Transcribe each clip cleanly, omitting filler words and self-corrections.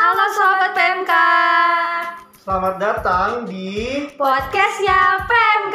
Halo Sobat PMK. Selamat datang di Podcastnya PMK.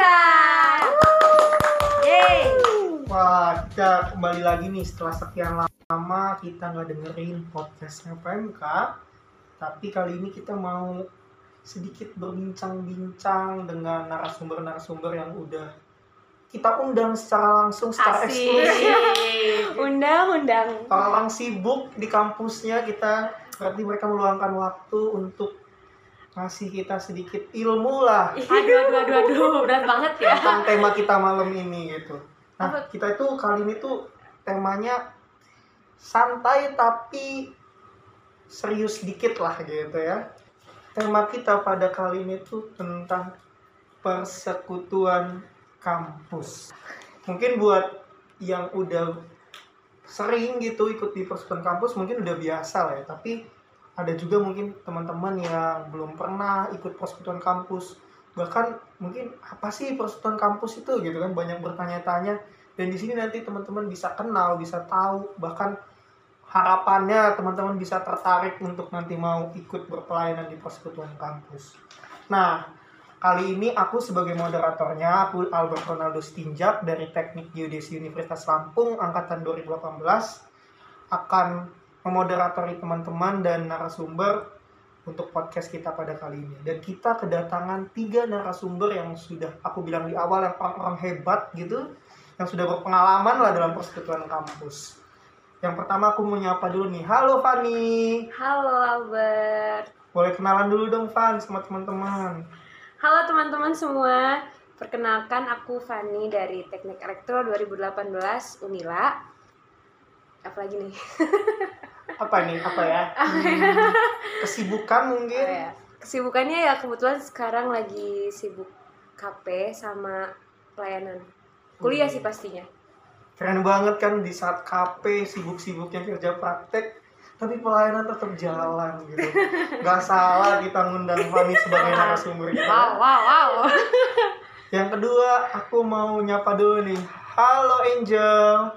Yeay. Wah, kita kembali lagi nih setelah sekian lama kita nggak dengerin podcastnya PMK. Tapi kali ini kita mau sedikit berbincang-bincang dengan narasumber-narasumber yang udah kita undang secara langsung, secara eksklusif. Undang-undang. Orang sibuk di kampusnya, kita berarti mereka meluangkan waktu untuk ngasih kita sedikit ilmu lah Aduh, berat banget ya. tentang tema kita malam ini gitu. Nah, kita itu kali ini tuh temanya santai tapi serius dikit lah gitu ya. Tema kita pada kali ini tuh tentang persekutuan kampus. Mungkin buat yang udah sering gitu ikut di persekutuan kampus mungkin udah biasa lah ya, tapi ada juga mungkin teman-teman yang belum pernah ikut persekutuan kampus. Bahkan mungkin apa sih persekutuan kampus itu gitu kan, banyak bertanya-tanya. Dan di sini nanti teman-teman bisa kenal, bisa tahu, bahkan harapannya teman-teman bisa tertarik untuk nanti mau ikut berpelayanan di persekutuan kampus. Nah, kali ini aku sebagai moderatornya, aku Albert Ronaldo Stinjak dari Teknik Geodesi Universitas Lampung angkatan 2018 akan memoderatori teman-teman dan narasumber untuk podcast kita pada kali ini. Dan kita kedatangan 3 narasumber yang sudah aku bilang di awal, yang orang-orang hebat gitu, yang sudah berpengalaman lah dalam persekutuan kampus. Yang pertama aku mau nyapa dulu nih. Halo Fani. Halo Albert. Boleh kenalan dulu dong Fan sama teman-teman. Halo teman-teman semua. Perkenalkan aku Fani dari Teknik Elektro 2018 Unila. Apa lagi nih? Apa ya? Kesibukan mungkin. Oh, ya. Kesibukannya ya kebetulan sekarang lagi sibuk KP sama pelayanan. Kuliah sih pastinya. Keren banget kan di saat KP sibuk-sibuknya kerja praktek, tapi pelayanan tetap jalan gitu. Gak salah kita ngundang Fani sebagai narasumber kita. Wow. Yang kedua, aku mau nyapa dulu nih. Halo Angel.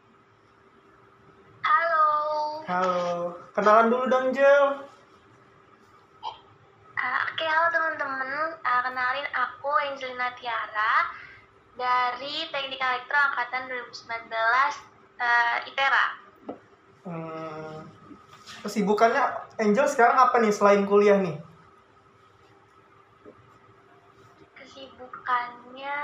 Halo. Kenalan dulu dong, Angel. Oke, halo teman-teman. Kenalin aku Angelina Tiara dari Teknik Elektro angkatan 2019 ITERA. Kesibukannya Angel sekarang apa nih selain kuliah nih? Kesibukannya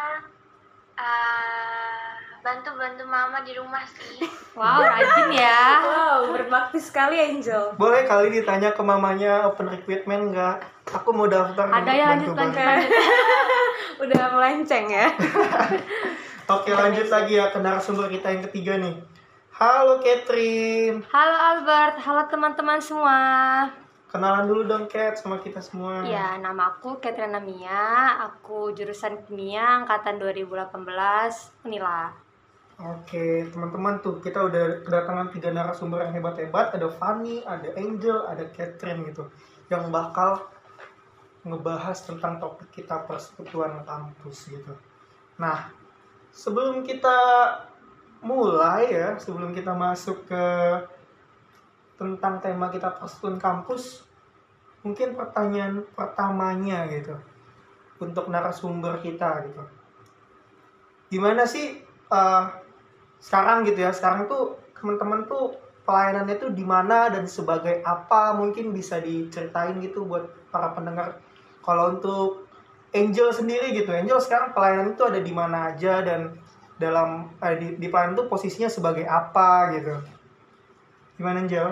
bantu-bantu mama di rumah sih. Wow, rajin ya. Wow, berbakti sekali Angel. Boleh kali ditanya ke mamanya open recruitment nggak? Aku mau daftar. Ada ya, lanjut. Udah melenceng ya. Oke, lanjut lagi ya ke narasumber kita yang ketiga nih. Halo Catherine. Halo Albert, halo teman-teman semua. Kenalan dulu dong Cat sama kita semua. Ya, nama aku Catherine Namia. Aku jurusan kimia angkatan 2018 Unila. Oke, teman-teman tuh kita udah kedatangan 3 narasumber yang hebat-hebat. Ada Fani, ada Angel, ada Catherine gitu, yang bakal ngebahas tentang topik kita persekutuan kampus gitu. Nah, sebelum kita mulai ya, sebelum kita masuk ke tentang tema kita persekutuan kampus, mungkin pertanyaan pertamanya gitu untuk narasumber kita gitu. Gimana sih sekarang gitu ya? Sekarang tuh teman-teman tuh pelayanannya tuh di mana dan sebagai apa? Mungkin bisa diceritain gitu buat para pendengar. Kalau untuk Angel sendiri gitu, Angel sekarang pelayanan itu ada di mana aja dan dalam di pelayanan itu posisinya sebagai apa gitu. Gimana Angel?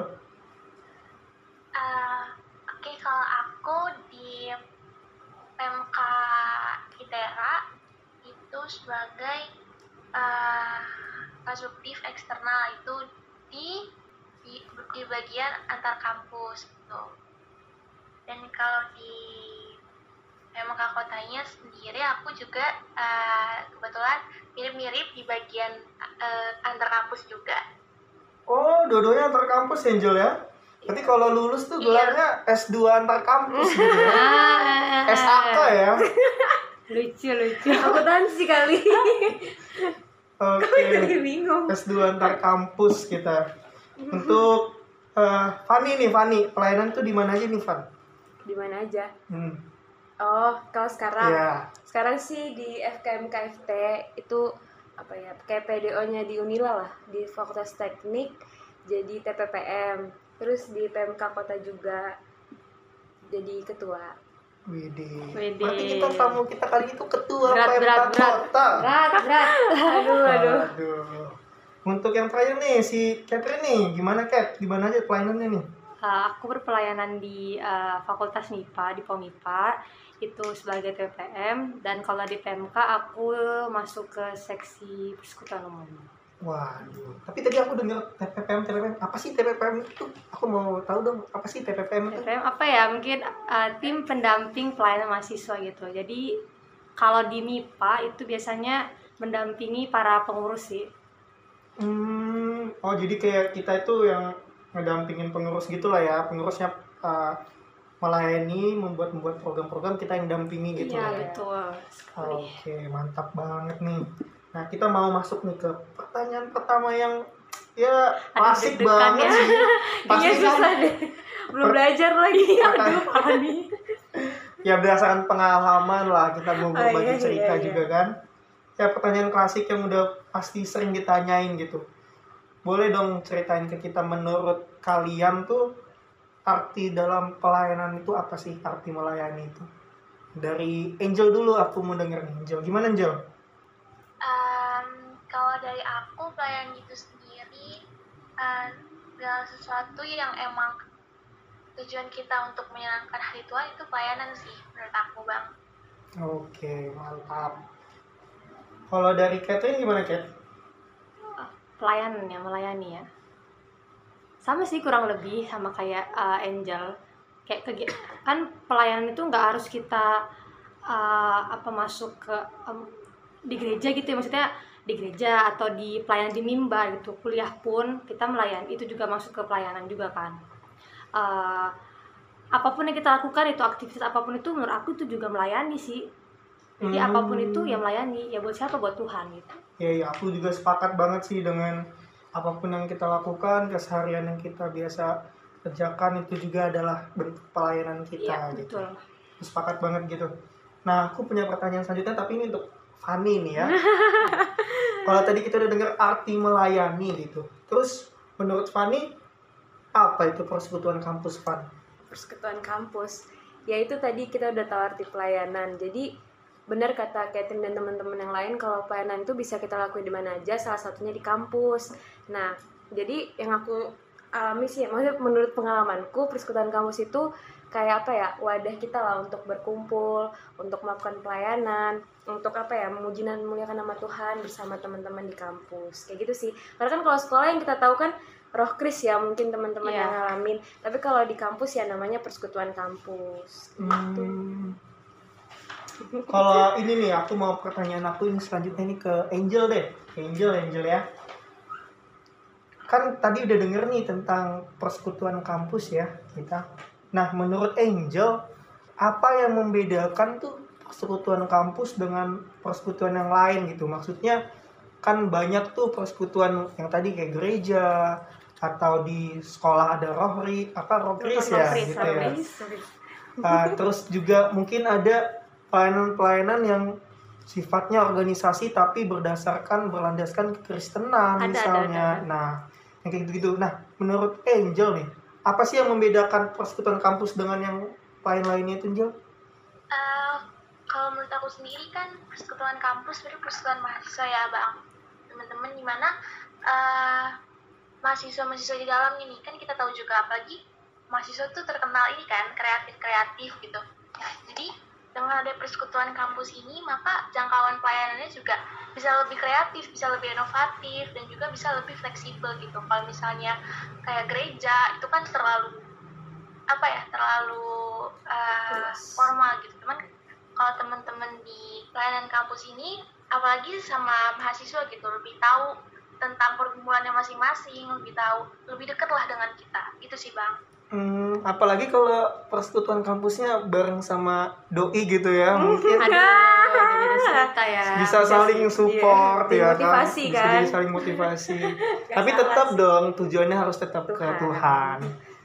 Oke, kalau aku di PMK ITERA itu sebagai konstruktif eksternal, itu di bagian antar kampus gitu. Dan kalau di PMK kotanya sendiri aku juga kebetulan mirip-mirip di bagian antar kampus juga. Oh, dua-duanya antar kampus Angel ya? Berarti kalau lulus tuh gelarnya S2 antar kampus gitu ya? SAK ya? Lucu. Akuntansi kali. Oke. Bingung. S2 antar kampus kita. Untuk Fanny, pelayanan tuh di mana aja nih, Fan? Di mana aja? Hmm. Oh, kalau sekarang. Iya. Sekarang sih di FKM KFT itu apa ya? Kayak PDO-nya di Unila lah, di Fakultas Teknik jadi TPPM. Terus di PMK Kota juga jadi ketua. Widih. Widih. Berarti tamu kita kali itu ketua Berat. Kota. Berat. Aduh. Aduh. Untuk yang terakhir nih, si Catherine nih, gimana Cat? Di mana aja pelayanannya nih? Aku berpelayanan di Fakultas MIPA, di POMIPA, itu sebagai TPM, dan kalau di PMK aku masuk ke seksi persekutuan umum. Waduh, tapi tadi aku dengar TPPM, apa sih TPPM itu? Aku mau tahu dong, apa sih TPPM itu? TPM apa ya, mungkin tim pendamping pelayanan mahasiswa gitu. Jadi kalau di MIPA itu biasanya mendampingi para pengurus sih. Oh jadi kayak kita itu yang ngedampingin pengurus gitulah ya, pengurusnya melayani, membuat program-program, kita yang dampingi gitu Iya, ya. betul sekali. Oke, mantap banget nih. Nah, kita mau masuk nih ke pertanyaan pertama yang ya klasik deg-degan banget ya. sih. Pasti Kayaknya susah kan deh. Belum belajar lagi. Aduh, Fani. ya berdasarkan pengalaman lah kita mau Oh, berbagi iya, cerita iya. juga kan. Ya pertanyaan klasik yang udah pasti sering ditanyain gitu. Boleh dong ceritain ke kita menurut kalian tuh arti dalam pelayanan itu apa sih, arti melayani itu? Dari Angel dulu, aku mau denger nih. Angel, gimana Angel? Kalau dari aku, pelayanan itu sendiri adalah sesuatu yang emang tujuan kita untuk menyenangkan hati Tuhan, itu pelayanan sih menurut aku, Bang. Oke, mantap. Kalau dari Catherine gimana, Cat? Pelayanan ya, melayani ya. Sama sih kurang lebih sama kayak Angel. Kayak kan pelayanan itu nggak harus kita masuk ke di gereja gitu ya, maksudnya di gereja atau di pelayanan di mimbar gitu. Kuliah pun kita melayani, itu juga masuk ke pelayanan juga kan. Apapun yang kita lakukan itu, aktivitas apapun itu, menurut aku itu juga melayani sih. Jadi apapun itu ya melayani, ya buat siapa? Buat Tuhan gitu. Ya, aku juga sepakat banget sih dengan apapun yang kita lakukan, keseharian yang kita biasa kerjakan itu juga adalah bentuk pelayanan kita Iya, gitu. betul. Sepakat banget gitu. Nah, aku punya pertanyaan selanjutnya, tapi ini untuk Fanny nih ya. Kalau tadi kita udah dengar arti melayani gitu. Terus menurut Fanny, apa itu persekutuan kampus, Fan? Persekutuan kampus. Ya itu tadi kita udah tahu arti pelayanan. Jadi benar kata Catherine dan teman-teman yang lain, kalau pelayanan itu bisa kita lakuin di mana aja, salah satunya di kampus. Nah, jadi yang aku alami sih, maksudnya menurut pengalamanku, persekutuan kampus itu kayak apa ya, wadah kita lah untuk berkumpul, untuk melakukan pelayanan, untuk apa ya, memuji dan memuliakan nama Tuhan bersama teman-teman di kampus. Kayak gitu sih. Karena kan kalau sekolah yang kita tahu kan Roh Kris ya, mungkin teman-teman Iya. yang ngalamin. Tapi kalau di kampus ya namanya persekutuan kampus. Gitu. Kalau ini nih, aku mau pertanyaan aku ini selanjutnya ini ke Angel deh. Angel ya. Kan tadi udah denger nih tentang persekutuan kampus ya kita. Nah, menurut Angel, apa yang membedakan tuh persekutuan kampus dengan persekutuan yang lain gitu? Maksudnya kan banyak tuh persekutuan yang tadi kayak gereja atau di sekolah ada rohris ya gitu ya. Terus juga mungkin ada pelayanan-pelayanan yang sifatnya organisasi tapi berlandaskan kekristenan misalnya. Ada. Nah, yang kayak gitu-gitu. Nah, menurut Angel nih, apa sih yang membedakan persekutuan kampus dengan yang lain-lainnya itu, Angel? Kalau menurut aku sendiri kan persekutuan kampus itu persekutuan mahasiswa ya, Bang. Teman-teman, gimana mahasiswa-mahasiswa di dalam ini kan kita tahu juga, apalagi mahasiswa tuh terkenal ini kan kreatif gitu. Nah, jadi dengan ada persekutuan kampus ini, maka jangkauan pelayanannya juga bisa lebih kreatif, bisa lebih inovatif, dan juga bisa lebih fleksibel gitu. Kalau misalnya kayak gereja itu kan terlalu formal gitu. Cuman kalau teman-teman di pelayanan kampus ini, apalagi sama mahasiswa gitu, lebih tahu tentang pergumulannya masing-masing, lebih dekat lah dengan kita. Itu sih, Bang. Apalagi kalau persekutuan kampusnya bareng sama doi gitu ya, mungkin Beda cerita ya. bisa saling support ya kan, motivasi bisa kan. jadi saling motivasi. Tapi tetap dong tujuannya harus tetap ke Tuhan.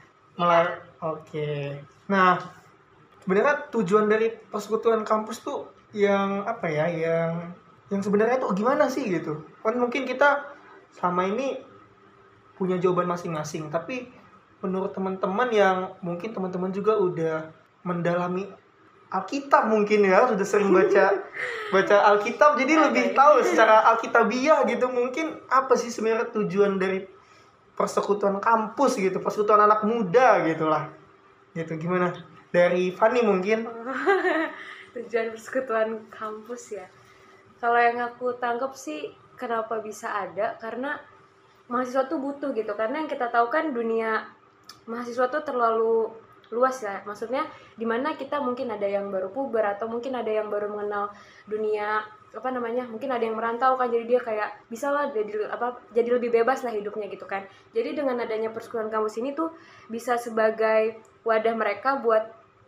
Oke. Nah, sebenarnya tujuan dari persekutuan kampus tuh yang apa ya, yang sebenarnya tuh gimana sih gitu? Kan mungkin kita sama ini punya jawaban masing-masing, tapi menurut teman-teman yang mungkin teman-teman juga udah mendalami Alkitab mungkin ya, sudah sering baca Alkitab, jadi lebih tahu secara alkitabiah gitu, mungkin apa sih sebenarnya tujuan dari persekutuan kampus gitu, persekutuan anak muda gitulah. Gitu gimana? Dari Fanny mungkin. Tujuan persekutuan kampus ya. Kalau yang aku tangkap sih kenapa bisa ada, karena mahasiswa tuh butuh gitu. Karena yang kita tahu kan dunia mahasiswa tuh terlalu luas ya. Maksudnya dimana kita mungkin ada yang baru puber atau mungkin ada yang baru mengenal dunia mungkin ada yang merantau kan, jadi dia kayak bisa lah jadi lebih bebas lah hidupnya gitu kan. Jadi dengan adanya persekutuan kampus ini tuh bisa sebagai wadah mereka buat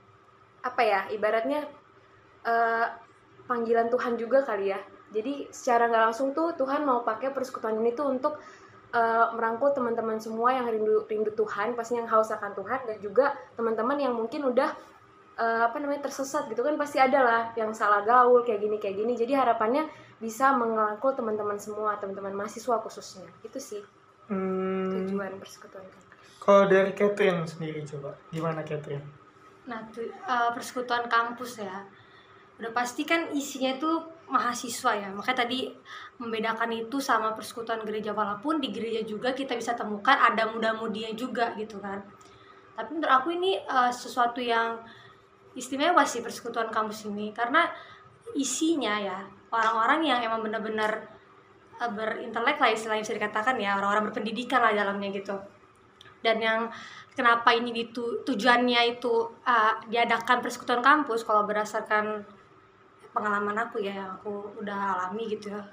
ibaratnya panggilan Tuhan juga kali ya. Jadi secara nggak langsung tuh Tuhan mau pakai persekutuan ini tuh untuk merangkul teman-teman semua yang rindu Tuhan, pastinya yang haus akan Tuhan, dan juga teman-teman yang mungkin udah tersesat gitu kan, pasti ada lah yang salah gaul kayak gini. Jadi harapannya bisa merangkul teman-teman semua, teman-teman mahasiswa khususnya. Itu sih tujuan persekutuan kampus. Kalau dari Catherine sendiri coba, gimana Catherine? Nah, persekutuan kampus ya, udah pasti kan isinya itu mahasiswa ya. Makanya tadi membedakan itu sama persekutuan gereja, walaupun di gereja juga kita bisa temukan ada muda-mudinya juga gitu kan. Tapi menurut aku ini sesuatu yang istimewa sih persekutuan kampus ini, karena isinya ya orang-orang yang emang benar-benar berintelek lah istilahnya, bisa dikatakan ya, orang-orang berpendidikan lah dalamnya gitu. Dan yang kenapa ini tujuannya itu diadakan persekutuan kampus, kalau berdasarkan pengalaman aku ya, yang aku udah alami gitu ya,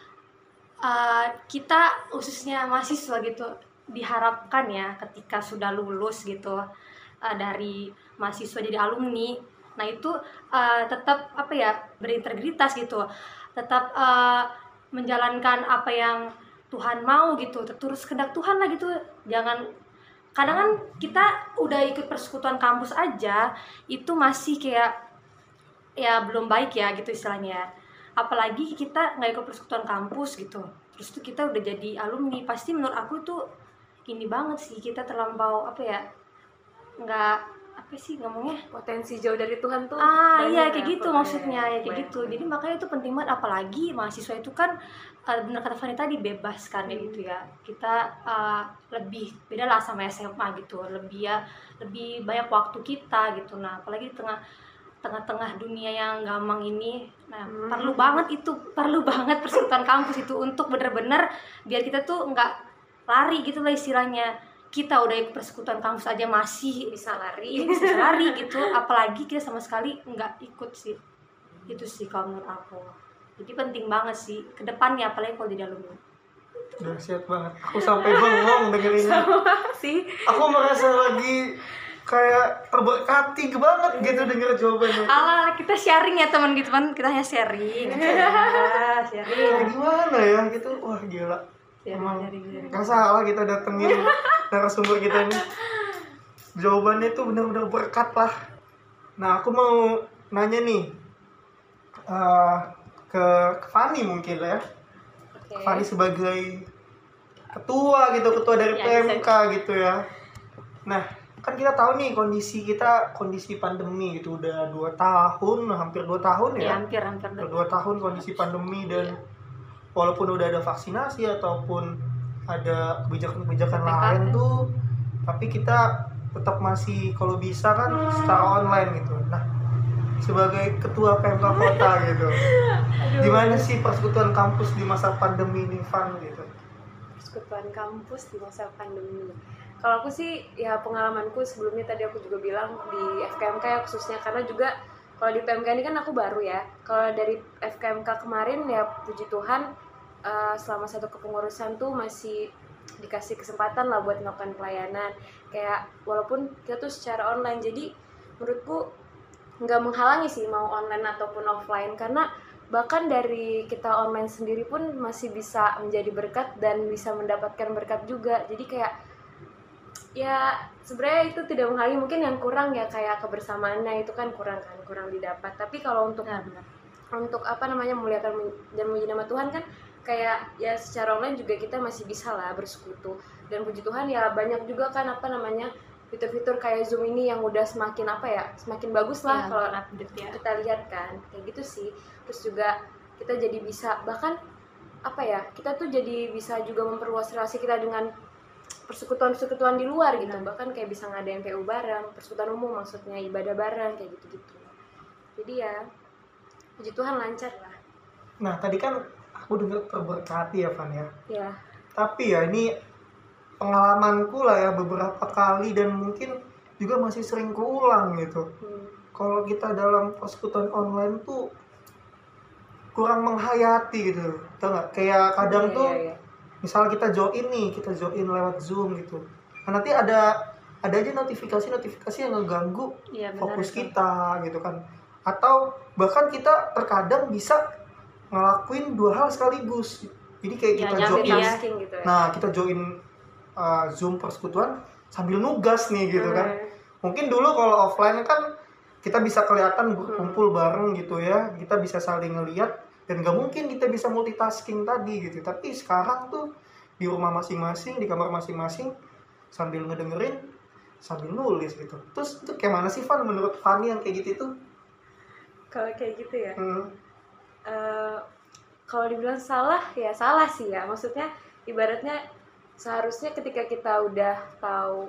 kita khususnya mahasiswa gitu diharapkan ya ketika sudah lulus gitu dari mahasiswa jadi alumni, nah itu tetap berintegritas gitu, tetap menjalankan apa yang Tuhan mau gitu, terus kehendak Tuhan lah gitu. Jangan, kadang kan kita udah ikut persekutuan kampus aja itu masih kayak ya belum baik ya gitu istilahnya. Apalagi kita nggak ikut persekutuan kampus gitu, terus tuh kita udah jadi alumni, pasti menurut aku tuh ini banget sih, kita terlampau ngomongnya Potensi jauh dari Tuhan tuh iya kayak gitu maksudnya ya kayak gitu. Jadi makanya itu penting banget, apalagi mahasiswa itu kan benar kata Fanny tadi, bebas kan ya gitu ya. Kita lebih beda lah sama SMA gitu, lebih banyak waktu kita gitu. Nah apalagi di tengah-tengah dunia yang gampang ini, nah perlu banget persekutuan kampus itu untuk bener-bener biar kita tuh nggak lari gitu lah istilahnya. Kita udah ikut persekutuan kampus aja masih bisa lari gitu, apalagi kita sama sekali nggak ikut sih. Itu sih kalau menurut aku. Jadi penting banget sih ke depannya, apalagi kalau di alumni. Dahsyat banget, aku sampai bengong dengerinnya. sih. Aku merasa lagi kayak terberkati banget gitu denger jawabannya. Alah, kita sharing ya teman-teman, kita hanya sharing. Sharing. Kayak gimana ya gitu, wah gila. Emang gak salah kita datengin narasumber kita ini. Jawabannya tuh benar-benar berkat lah. Nah aku mau nanya nih ke Fanny mungkin lah ya. Okay. Fanny sebagai ketua dari PMK gitu ya. Nah kan kita tahu nih kondisi pandemi gitu, udah 2 tahun, hampir 2 tahun ya. Hampir 2 tahun kondisi pandemi, dan walaupun udah ada vaksinasi ataupun ada kebijakan-kebijakan lain tuh, tapi kita tetap masih kalau bisa kan secara online gitu. Nah, sebagai ketua PMK Kota gitu, gimana sih persekutuan kampus di masa pandemi ini, Van gitu? Persekutuan kampus di masa pandemi. Kalau aku sih ya pengalamanku sebelumnya tadi aku juga bilang di FKMK ya khususnya, karena juga kalau di PMK ini kan aku baru ya. Kalau dari FKMK kemarin ya puji Tuhan selama satu kepengurusan tuh masih dikasih kesempatan lah buat melakukan pelayanan, kayak walaupun kita tuh secara online. Jadi menurutku nggak menghalangi sih mau online ataupun offline, karena bahkan dari kita online sendiri pun masih bisa menjadi berkat dan bisa mendapatkan berkat juga. Jadi kayak ya sebenarnya itu tidak menghalangi, mungkin yang kurang ya kayak kebersamaannya itu kan kurang didapat. Tapi kalau untuk untuk apa namanya memuliakan dan memuji nama Tuhan kan kayak ya secara online juga kita masih bisa lah bersekutu. Dan puji Tuhan ya banyak juga kan apa namanya fitur-fitur kayak Zoom ini yang udah semakin apa ya, semakin bagus lah kalau kita lihat kan kayak gitu sih. Terus juga kita jadi bisa bahkan apa ya, kita tuh jadi bisa juga memperluas relasi kita dengan persekutuan-persekutuan di luar gitu. Bahkan kayak bisa ngadain PU bareng, persekutuan umum maksudnya, ibadah bareng kayak gitu-gitu. Jadi ya puji Tuhan lancar lah. Nah tadi kan aku dengar terberkati ya Van ya. Ya. Tapi ya ini pengalamanku lah ya beberapa kali dan mungkin juga masih sering keulang gitu. Kalau kita dalam persekutuan online tuh kurang menghayati gitu, tau nggak? Kayak kadang tuh misal kita join lewat Zoom gitu. Nah, nanti ada aja notifikasi yang ngeganggu fokus kita gitu kan. Atau bahkan kita terkadang bisa ngelakuin dua hal sekaligus. Jadi kayak kita join, gitu ya. Nah kita join Zoom persekutuan sambil nugas nih gitu kan. Mungkin dulu kalau offline kan kita bisa kelihatan berkumpul bareng gitu ya, kita bisa saling ngelihat dan gak mungkin kita bisa multitasking tadi gitu. Tapi sekarang tuh di rumah masing-masing, di kamar masing-masing sambil ngedengerin, sambil nulis gitu. Terus itu kayak mana sih Van menurut Fanny yang kayak gitu itu? Kalau kayak gitu ya, kalau dibilang salah ya salah sih ya. Maksudnya ibaratnya seharusnya ketika kita udah tahu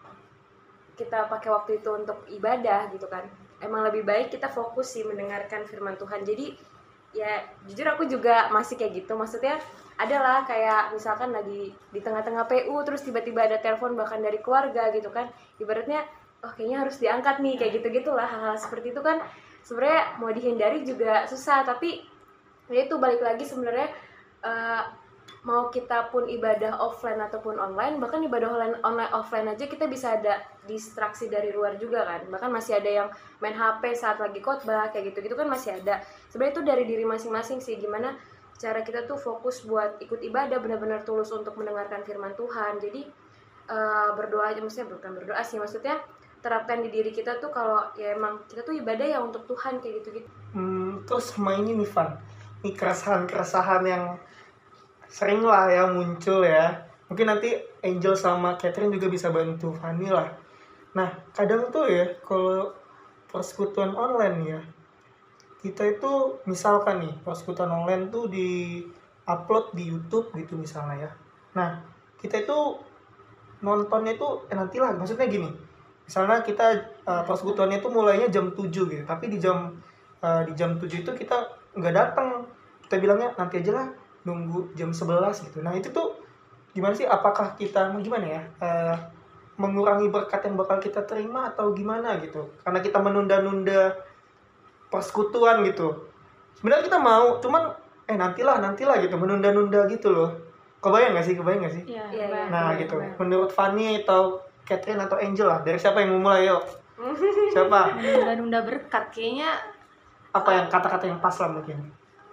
kita pakai waktu itu untuk ibadah gitu kan, emang lebih baik kita fokus sih mendengarkan firman Tuhan. Jadi ya jujur aku juga masih kayak gitu. Maksudnya adalah kayak misalkan lagi di tengah-tengah PU terus tiba-tiba ada telepon bahkan dari keluarga gitu kan, ibaratnya kayaknya harus diangkat nih, kayak gitu-gitulah. Hal-hal seperti itu kan sebenarnya mau dihindari juga susah. Tapi ya itu balik lagi sebenarnya mau kita pun ibadah offline ataupun online, bahkan ibadah online offline aja kita bisa ada distraksi dari luar juga kan. Bahkan masih ada yang main HP saat lagi khotbah kayak gitu-gitu kan masih ada. Sebenarnya itu dari diri masing-masing sih, gimana cara kita tuh fokus buat ikut ibadah benar-benar tulus untuk mendengarkan firman Tuhan. Jadi berdoa aja, maksudnya bukan berdoa sih, maksudnya terapkan di diri kita tuh kalau ya emang kita tuh ibadah ya untuk Tuhan kayak gitu-gitu. Terus sama ini nih Van, ini keresahan yang sering lah ya muncul ya. Mungkin nanti Angel sama Catherine juga bisa bantu Fanny lah. Nah kadang tuh ya kalau persekutuan online ya, kita itu misalkan nih persekutuan online tuh di upload di YouTube gitu misalnya ya. Nah kita itu nontonnya itu nantilah, maksudnya gini, misalnya kita persekutuannya itu mulainya jam 7 gitu, tapi di jam 7 itu kita nggak datang, kita bilangnya nanti aja lah, nunggu jam 11 gitu. Nah itu tuh gimana sih, apakah kita gimana ya, mengurangi berkat yang bakal kita terima atau gimana gitu, karena kita menunda-nunda persekutuan gitu. Sebenarnya kita mau, cuman nantilah gitu, menunda-nunda gitu loh. Kebayang gak sih? Iya. Nah gitu, menurut Fanny atau Catherine atau Angel lah, dari siapa yang mau mulai yuk? Siapa? Menunda berkat kayaknya. Apa yang kata-kata yang pas lah mungkin?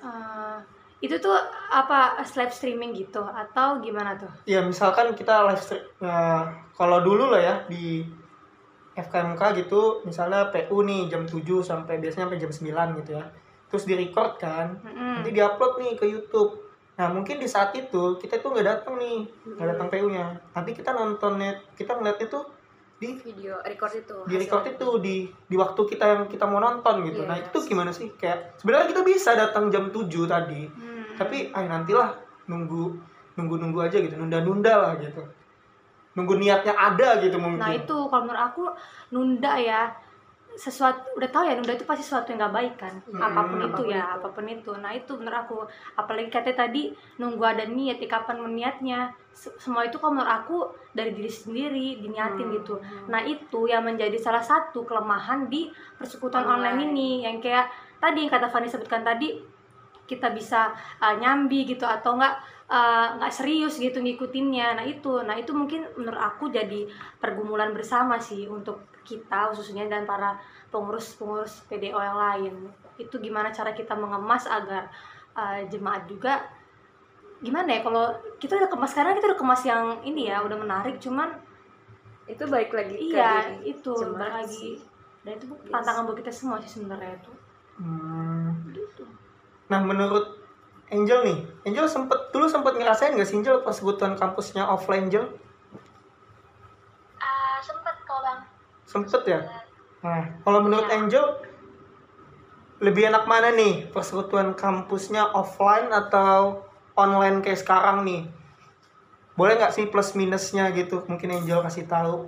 Itu tuh apa, live streaming gitu atau gimana tuh? Ya misalkan kita live stream, kalau dulu lah ya di FKMK gitu, misalnya PU nih jam 7 biasanya sampai jam 9 gitu ya. Terus di record kan, nanti di-upload nih ke YouTube. Nah mungkin di saat itu kita tuh nggak datang nih, nggak datang PU-nya. Nanti kita nontonnya, kita ngeliat itu di video record itu. Di record itu di waktu kita yang kita mau nonton gitu. Nah itu gimana sih? Kayak sebenarnya kita bisa datang jam 7 tadi, tapi nantilah, nunggu aja gitu, nunda lah gitu, nunggu niatnya ada gitu mungkin. Nah itu kalau menurut aku nunda ya, sesuatu udah tahu ya nunda itu pasti sesuatu yang nggak baik kan, apapun itu. Nah itu menurut aku, apalagi katanya tadi nunggu ada niat, kapan meniatnya, semua itu kalau menurut aku dari diri sendiri diniatin gitu. Nah itu yang menjadi salah satu kelemahan di persekutuan online ini, yang kayak tadi kata Fanny sebutkan tadi, kita bisa nyambi gitu atau nggak serius gitu ngikutinnya. Nah itu mungkin menurut aku jadi pergumulan bersama sih untuk kita khususnya dan para pengurus PDO yang lain. Itu gimana cara kita mengemas agar jemaat juga gimana ya, kalau kita udah kemas sekarang, kita udah kemas yang ini ya udah menarik, cuman itu balik lagi ke iya diri itu jemaat balik lagi sih. dan itu tantangan buat kita semua sih sebenarnya itu. Gitu. Nah menurut Angel nih, Angel dulu sempet ngerasain nggak sih Angel persekutuan kampusnya offline Angel? Sempet kok Bang. Sempet ya? Nah kalau menurut Iya. Angel lebih enak mana nih, persekutuan kampusnya offline atau online kayak sekarang nih? Boleh nggak sih plus minusnya gitu? Mungkin Angel kasih tahu.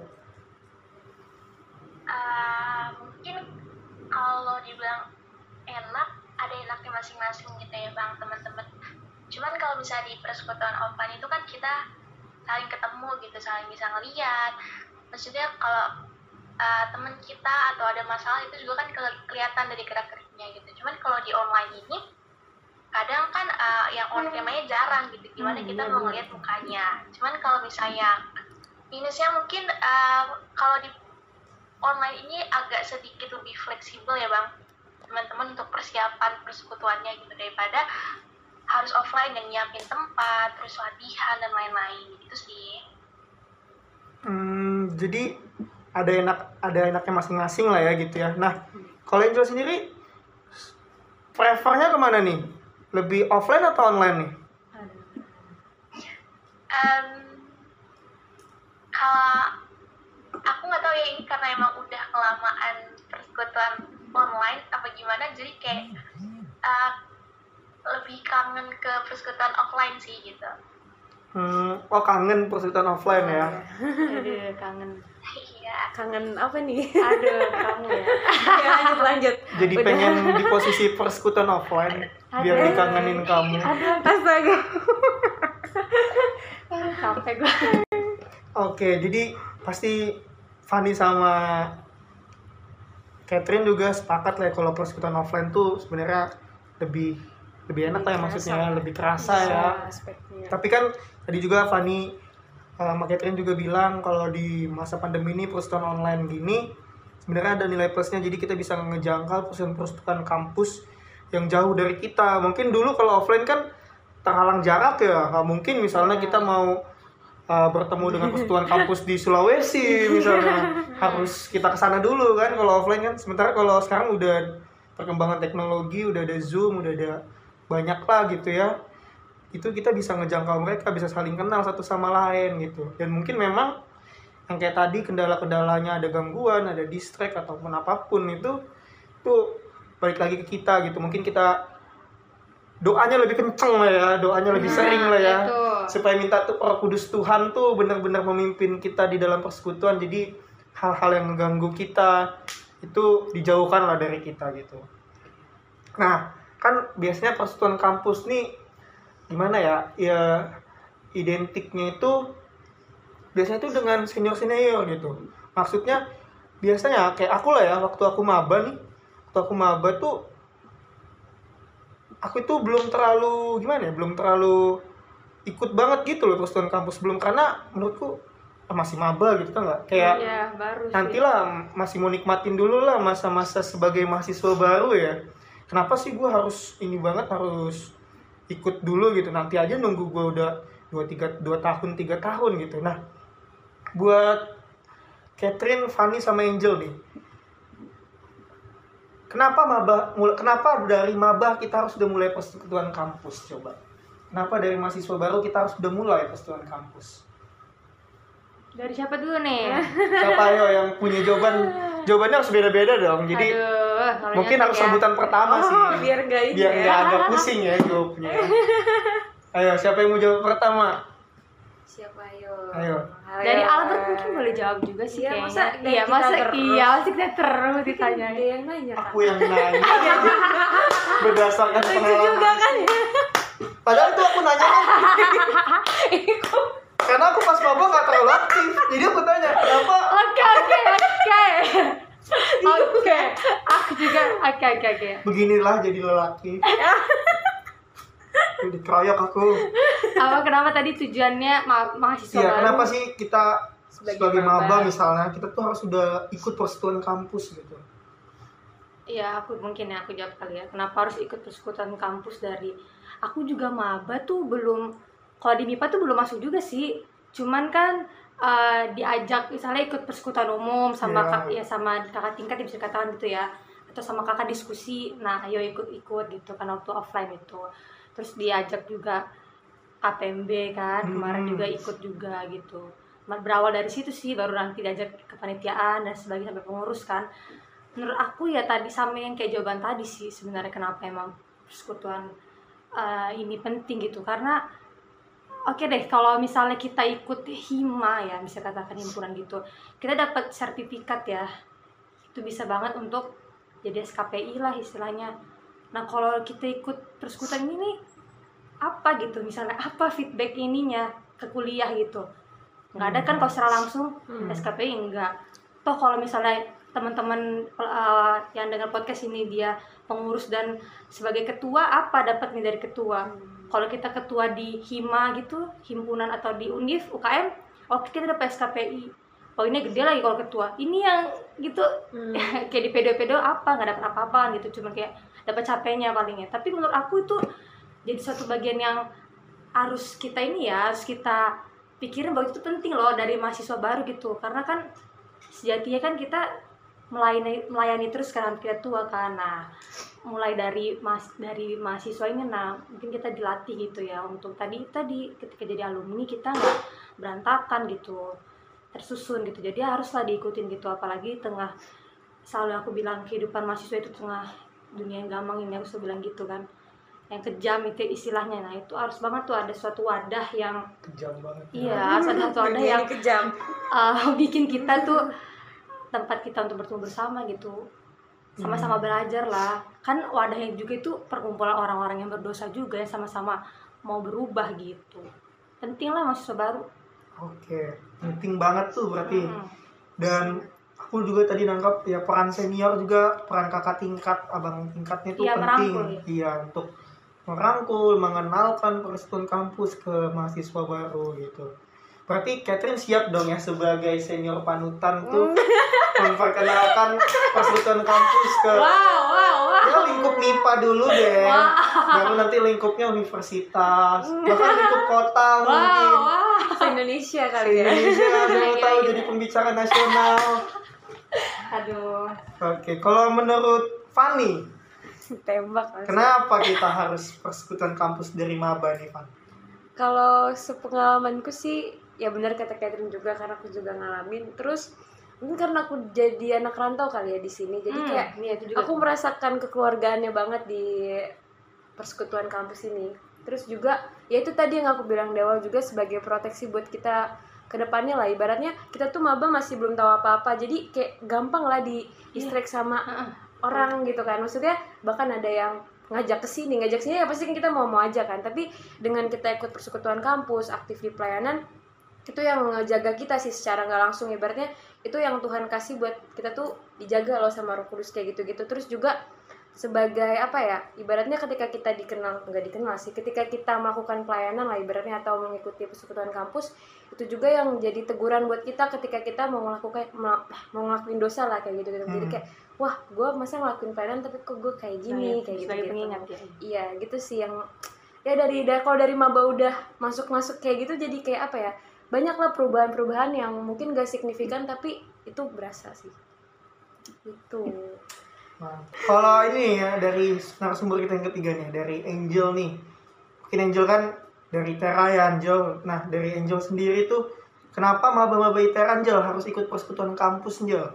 Mungkin kalau dibilang enak, ada enaknya masing-masing gitu ya Bang, teman-teman. Cuman kalau misalnya di persekutuan offline itu kan kita saling ketemu gitu, saling bisa ngeliat. Maksudnya kalau teman kita atau ada masalah itu juga kan kelihatan dari gerak-geriknya gitu. Cuman kalau di online ini kadang kan yang on camera-nya jarang gitu, gimana kita mau ngeliat mukanya. Cuman kalau misalnya minusnya mungkin kalau di online ini agak sedikit lebih fleksibel ya Bang, teman-teman, untuk persiapan persekutuannya gitu, daripada harus offline yang nyiapin tempat, terus latihan dan lain-lain gitu sih. Jadi ada enaknya masing-masing lah ya gitu ya. Nah kalau Angel sendiri prefernya kemana nih? Lebih offline atau online nih? Kalau aku nggak tahu ya, ini karena emang udah kelamaan persekutuan online apa gimana, jadi kayak lebih kangen ke persekutuan offline sih gitu. Kangen persekutuan offline ya. Aduh kangen. Iya. Kangen apa nih? Aduh kamu ya. Ya, lanjut. Jadi Udah. pengen di posisi persekutuan offline biar Aduh. dikangenin kamu. Astaga. Capek gue. Oke, jadi pasti Fanny sama Catherine juga sepakat lah ya kalau persekutuan offline tuh sebenarnya lebih enak lah ya, maksudnya kerasa. lebih kerasa Bisa ya. aspeknya. Tapi kan tadi juga Fanny sama Catherine juga bilang kalau di masa pandemi ini persekutuan online gini sebenarnya ada nilai plusnya, jadi kita bisa ngejangkau persekutuan kampus yang jauh dari kita. Mungkin dulu kalau offline kan terhalang jarak ya, nggak mungkin misalnya kita mau bertemu dengan persekutuan kampus di Sulawesi misalnya, harus kita kesana dulu kan kalau offline kan. Sementara kalau sekarang udah perkembangan teknologi, udah ada Zoom, udah ada banyak lah gitu ya, itu kita bisa ngejangkau mereka, bisa saling kenal satu sama lain gitu. Dan mungkin memang yang kayak tadi kendala-kendalanya ada gangguan, ada distract ataupun apapun itu tuh balik lagi ke kita gitu. Mungkin kita doanya lebih kenceng lah ya, doanya lebih sering lah ya, supaya minta tuh Roh Kudus Tuhan tuh benar-benar memimpin kita di dalam persekutuan. Jadi hal-hal yang mengganggu kita itu dijauhkan lah dari kita gitu. Nah kan biasanya persekutuan kampus nih gimana ya, ya identiknya itu biasanya tuh dengan senior-senior gitu. Maksudnya biasanya kayak aku lah ya, waktu aku maba tuh aku itu belum terlalu gimana ya, belum terlalu ikut banget gitu loh persekutuan kampus, belum, karena menurutku masih maba gitu kan, nggak kayak Iya baru sih. nantilah masih mau nikmatin dulu lah masa-masa sebagai mahasiswa baru ya. Kenapa sih gue harus ini banget, harus ikut dulu gitu, nanti aja nunggu gue udah 2 tahun 3 tahun gitu. Nah buat Catherine, Fanny sama Angel nih, kenapa dari maba kita harus udah mulai persekutuan kampus? Coba kenapa dari mahasiswa baru kita harus udah mulai persekutuan kampus? Dari siapa dulu nih? Siapa ayo yang punya jawabannya harus beda-beda dong. Jadi Aduh, kalau mungkin nyata harus ya. sebutan pertama sih, biar nggak ini biar ya. nggak agak pusing ya jawabnya. Ayo, siapa yang mau jawab pertama? Siapa ayo? Ayo. Dari Albert mungkin boleh jawab juga sih Iya, kayaknya. masa dari Iya, kita masa terus? iya, masih kita terus ditanya. Ada yang nanya kan? Aku yang nanya berdasarkan Itu juga pengalaman. kan? Padahal itu aku nanya karena aku pas maba nggak terlalu aktif, jadi aku tanya kenapa. Oke. Aku juga. Oke. Beginilah jadi lelaki. Dikeroyok aku. Kenapa tadi tujuannya mahasiswa Iya, baru? kenapa sih kita sebagai maba maba misalnya kita tuh harus udah ikut persekutuan kampus gitu? Iya, aku jawab kali ya. Kenapa harus ikut persekutuan kampus dari aku juga maba tuh belum, kalau di MIPA tuh belum masuk juga sih. Cuman kan diajak misalnya ikut persekutuan umum sama sama kakak tingkat bisa dikatakan gitu ya. Atau sama kakak diskusi. Nah, ayo ikut-ikut gitu kan waktu offline itu. Terus diajak juga KPMB kan, kemarin juga ikut juga gitu. Berawal dari situ sih, baru nanti diajak kepanitiaan dan sebagainya sampai pengurus kan. Menurut aku ya tadi sama yang kayak jawaban tadi sih sebenarnya kenapa emang persekutuan ini penting gitu, karena oke deh kalau misalnya kita ikut hima ya, bisa katakan himpunan gitu, kita dapat sertifikat ya, itu bisa banget untuk jadi SKPI lah istilahnya. Nah kalau kita ikut persekutuan ini nih, apa gitu misalnya apa feedback ininya ke kuliah gitu, nggak ada kan kalau secara langsung. SKPI enggak. Toh kalau misalnya teman-teman yang dengar podcast ini dia pengurus dan sebagai ketua, apa dapatnya dari ketua? Kalau kita ketua di hima gitu, himpunan atau di univ, UKM, oke kita dapat SKPI. Poinnya gede lagi kalau ketua. Ini yang gitu kayak di PDO apa nggak dapat apa-apa gitu, cuma kayak dapat capeknya palingnya. Tapi menurut aku itu jadi suatu bagian yang harus kita ini ya, harus kita pikirin bahwa itu penting loh dari mahasiswa baru gitu, karena kan sejatinya kan kita melayani terus kan kita tua kan. Nah mulai dari mahasiswa ini, nah mungkin kita dilatih gitu ya untuk tadi ketika jadi alumni kita nggak berantakan gitu, tersusun gitu. Jadi haruslah diikutin gitu, apalagi tengah, selalu aku bilang kehidupan mahasiswa itu tengah dunia yang gampang ini, aku selalu bilang gitu kan, yang kejam itu istilahnya. Nah itu harus banget tuh ada suatu wadah yang Kejam banget. iya, harus ada suatu wadah yang kejam. bikin kita tuh tempat kita untuk bertemu bersama gitu, sama-sama belajar lah kan. Wadahnya juga itu perkumpulan orang-orang yang berdosa juga yang sama-sama mau berubah gitu. Penting lah mahasiswa baru. Oke, penting banget tuh berarti. Dan aku juga tadi nangkap ya peran senior juga, peran kakak tingkat, abang tingkatnya tuh Iya, penting. merangkul, ya. Iya, untuk merangkul, mengenalkan persekutuan kampus ke mahasiswa baru gitu. Berarti Catherine siap dong ya sebagai senior panutan tuh memperkenalkan persekutuan kampus ke ya lingkup MIPA dulu deh, baru nanti lingkupnya universitas, bahkan lingkup kota mungkin. Se-Indonesia kali ya. Indonesia siapa tahu jadi pembicara nasional. Aduh. Oke, kalau menurut Fanny, Tembak langsung. kenapa kita harus persekutuan kampus dari maba nih, Fan? Kalau sepengalamanku sih ya benar kata Catherine juga, karena aku juga ngalamin. Terus mungkin karena aku jadi anak rantau kali ya di sini, jadi kayak itu juga. aku merasakan kekeluargaannya banget di persekutuan kampus ini. Terus juga ya itu tadi yang aku bilang di awal juga, sebagai proteksi buat kita ke depannya lah. Ibaratnya kita tuh maba masih belum tahu apa-apa, jadi kayak gampang lah di distract sama orang gitu kan. Maksudnya bahkan ada yang ngajak sini ya pasti kan kita mau aja kan. Tapi dengan kita ikut persekutuan kampus, aktif di pelayanan, itu yang ngejaga kita sih secara nggak langsung. Ibaratnya itu yang Tuhan kasih buat kita tuh dijaga loh sama Roh Kudus kayak gitu-gitu. Terus juga sebagai apa ya, ibaratnya ketika kita nggak dikenal sih, ketika kita melakukan pelayanan lah ibaratnya atau mengikuti persekutuan kampus, itu juga yang jadi teguran buat kita ketika kita mau ngelakuin dosa lah kayak gitu. Jadi kayak wah gue masa ngelakuin pelayanan tapi kok gue kayak gini, kayak gitu. Pengingat ya. Iya gitu sih yang ya kalau dari maba udah masuk kayak gitu, jadi kayak apa ya, banyaklah perubahan-perubahan yang mungkin gak signifikan tapi itu berasa sih gitu. Nah, kalau ini ya dari narasumber kita yang ketiga nih, dari Angel nih. Mungkin Angel kan dari Tera ya, Angel. Nah, dari Angel sendiri tuh kenapa maba-maba Tera, Angel, harus ikut persekutuan kampus, Angel?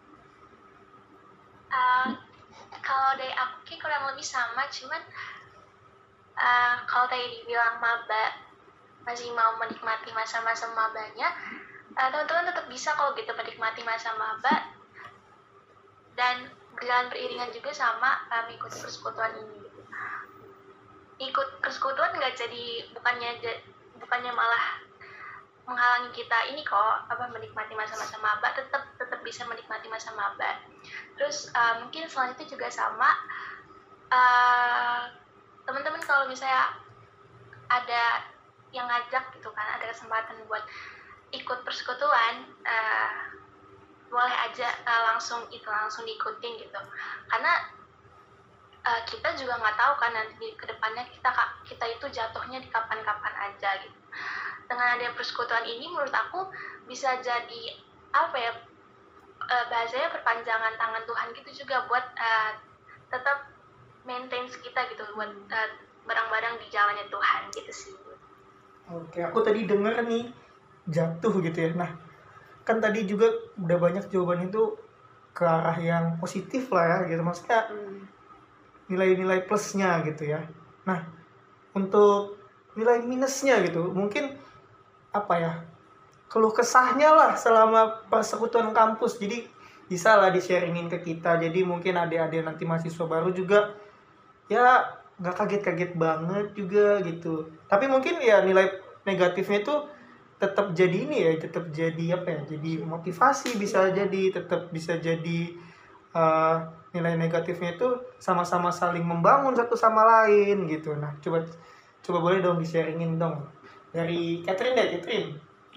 Kalau dari aku kayak kurang lebih sama, cuman kalau tadi dibilang maba masih mau menikmati masa-masa mabanya, teman-teman tetap bisa kalau gitu menikmati masa maba dan berjalan beriringan juga sama mengikuti persekutuan ini gitu. Ikut persekutuan nggak jadi bukannya malah menghalangi kita ini kok menikmati masa-masa maba, tetap bisa menikmati masa maba. Terus mungkin selanjutnya juga sama, teman-teman kalau misalnya ada yang ngajak gitu kan, ada kesempatan buat ikut persekutuan, boleh aja langsung diikutin gitu, karena kita juga nggak tahu kan nanti di kedepannya kita itu jatuhnya di kapan-kapan aja gitu. Dengan adanya persekutuan ini menurut aku bisa jadi apa ya, bahasanya perpanjangan tangan Tuhan gitu juga buat tetap maintain kita gitu, buat barang-barang di jalannya Tuhan gitu sih. Oke, aku tadi dengar nih jatuh gitu ya. Nah, kan tadi juga udah banyak jawaban itu ke arah yang positif lah ya gitu. Maksudnya nilai-nilai plusnya gitu ya. Nah, untuk nilai minusnya gitu, mungkin apa ya, keluh kesahnya lah selama persekutuan kampus. Jadi bisa lah di-sharingin ke kita. Jadi mungkin adik-adik nanti mahasiswa baru juga ya nggak kaget-kaget banget juga gitu. Tapi mungkin ya nilai negatifnya itu tetap jadi ini ya, tetap jadi apa ya, jadi motivasi, bisa jadi tetap bisa jadi nilai negatifnya itu sama-sama saling membangun satu sama lain gitu. Nah coba boleh dong di-sharingin dong dari Catherine deh, Catherine.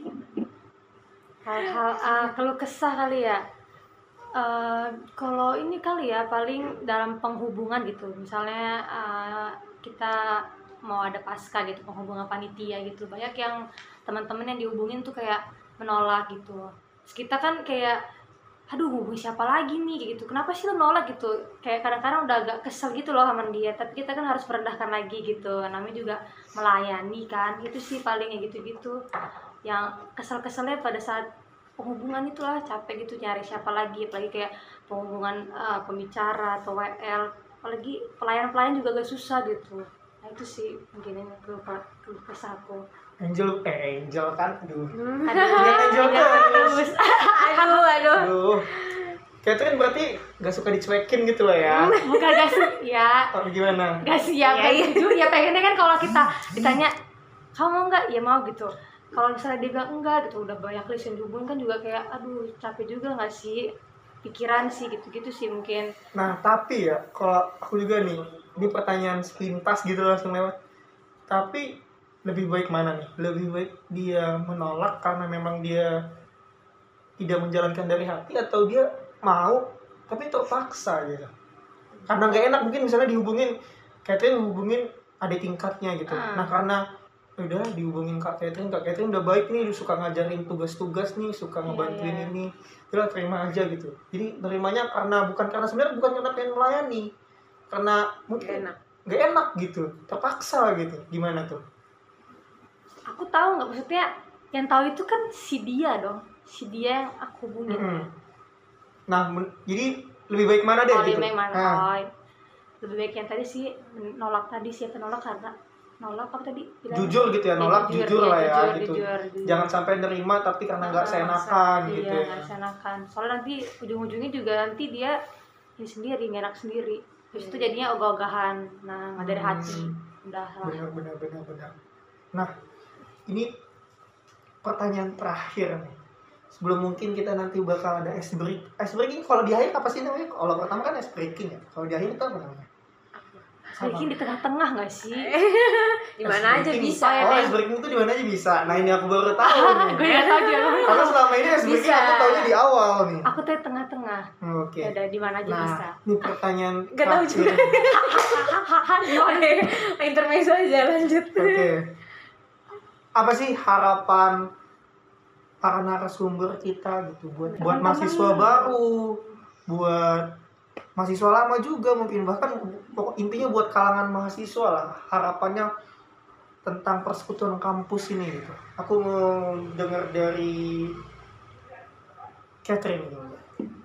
Hal-hal keluh kesah kali ya. Kalau ini kali ya paling dalam penghubungan gitu, misalnya kita mau ada pasca gitu, penghubungan panitia gitu, banyak yang teman-teman yang dihubungin tuh kayak menolak gitu. Terus kita kan kayak aduh hubungi siapa lagi nih gitu, kenapa sih lo nolak gitu, kayak kadang-kadang udah agak kesel gitu loh sama dia, tapi kita kan harus merendahkan lagi gitu, namanya juga melayani kan, itu sih paling kayak gitu-gitu yang kesel-keselnya pada saat penghubungan itulah, capek gitu nyari siapa lagi, apalagi kayak penghubungan pembicara atau WL, apalagi pelayan-pelayan juga agak susah gitu. Nah itu sih mungkin yang keluh kesah aku. Angel kan, aduh. Aduh, Angel terus. Aduh. Catherine berarti gak suka dicuekin gitu lah ya? Bukan gak sih, ya. Oh, gimana? Gak siap kayak jujur ya, pengennya kan kalau kita ditanya kamu mau nggak, ya mau gitu. Kalau misalnya dia bilang enggak gitu, udah banyak list yang dihubungin kan juga kayak aduh capek juga nggak sih, pikiran sih gitu-gitu sih mungkin. Nah tapi ya kalau aku juga nih, ini pertanyaan sepintas gitu langsung lewat, tapi lebih baik mana nih? Lebih baik dia menolak karena memang dia tidak menjalankan dari hati, atau dia mau tapi terpaksa gitu? Karena nggak enak mungkin misalnya dihubungin, Catherine hubungin adik tingkatnya gitu. Nah karena udah dihubungin Kak Catherine udah baik nih, suka ngajarin tugas-tugas nih, suka ngebantuin ini, udah terima aja gitu. Jadi nerimanya sebenarnya bukan karena pengen melayani, karena mungkin nggak enak gitu, terpaksa gitu. Gimana tuh? Aku tahu nggak, maksudnya yang tahu itu kan si dia dong, si dia yang aku hubungin. Nah jadi lebih baik mana deh gitu? Lebih baik mana? Lebih baik yang tadi sih nolak tadi sih, nolak karena nolak apa tadi? Jujur gitu ya, nolak jujur lah ya gitu. Jujur. Jangan sampai nerima tapi karena nggak seenakan gitu. Iya, nggak seenakan. Soalnya nanti ujung-ujungnya juga nanti dia ini sendiri, nggak enak sendiri. Terus itu jadinya ogah-ogahan, nah nggak dari hati. Udah lah. Benar. Nah, ini pertanyaan terakhir nih. Sebelum mungkin kita nanti bakal ada ice breaking. Kalau di akhir apa sih namanya? Kalau pertama kan ice breaking ya. Kalau di akhir itu apa namanya? Breaking di tengah-tengah nggak sih? Di mana aja bisa ya. Oh, ice breaking itu di mana aja bisa. Nah, ini aku baru tahu nih. Gue nggak tahu juga. Karena selama ini ice breaking aku taunya di awal nih. Aku tuh tengah-tengah. Oke. Ada di mana aja bisa. Nah, ini pertanyaan Gak tahu juga. Oke, intermezzo aja, lanjut. Oke. Apa sih harapan para narasumber kita gitu buat mahasiswa baru, buat mahasiswa lama juga mungkin, bahkan intinya buat kalangan mahasiswa lah, harapannya tentang persekutuan kampus ini gitu. Aku mau dengar dari Catherine gitu.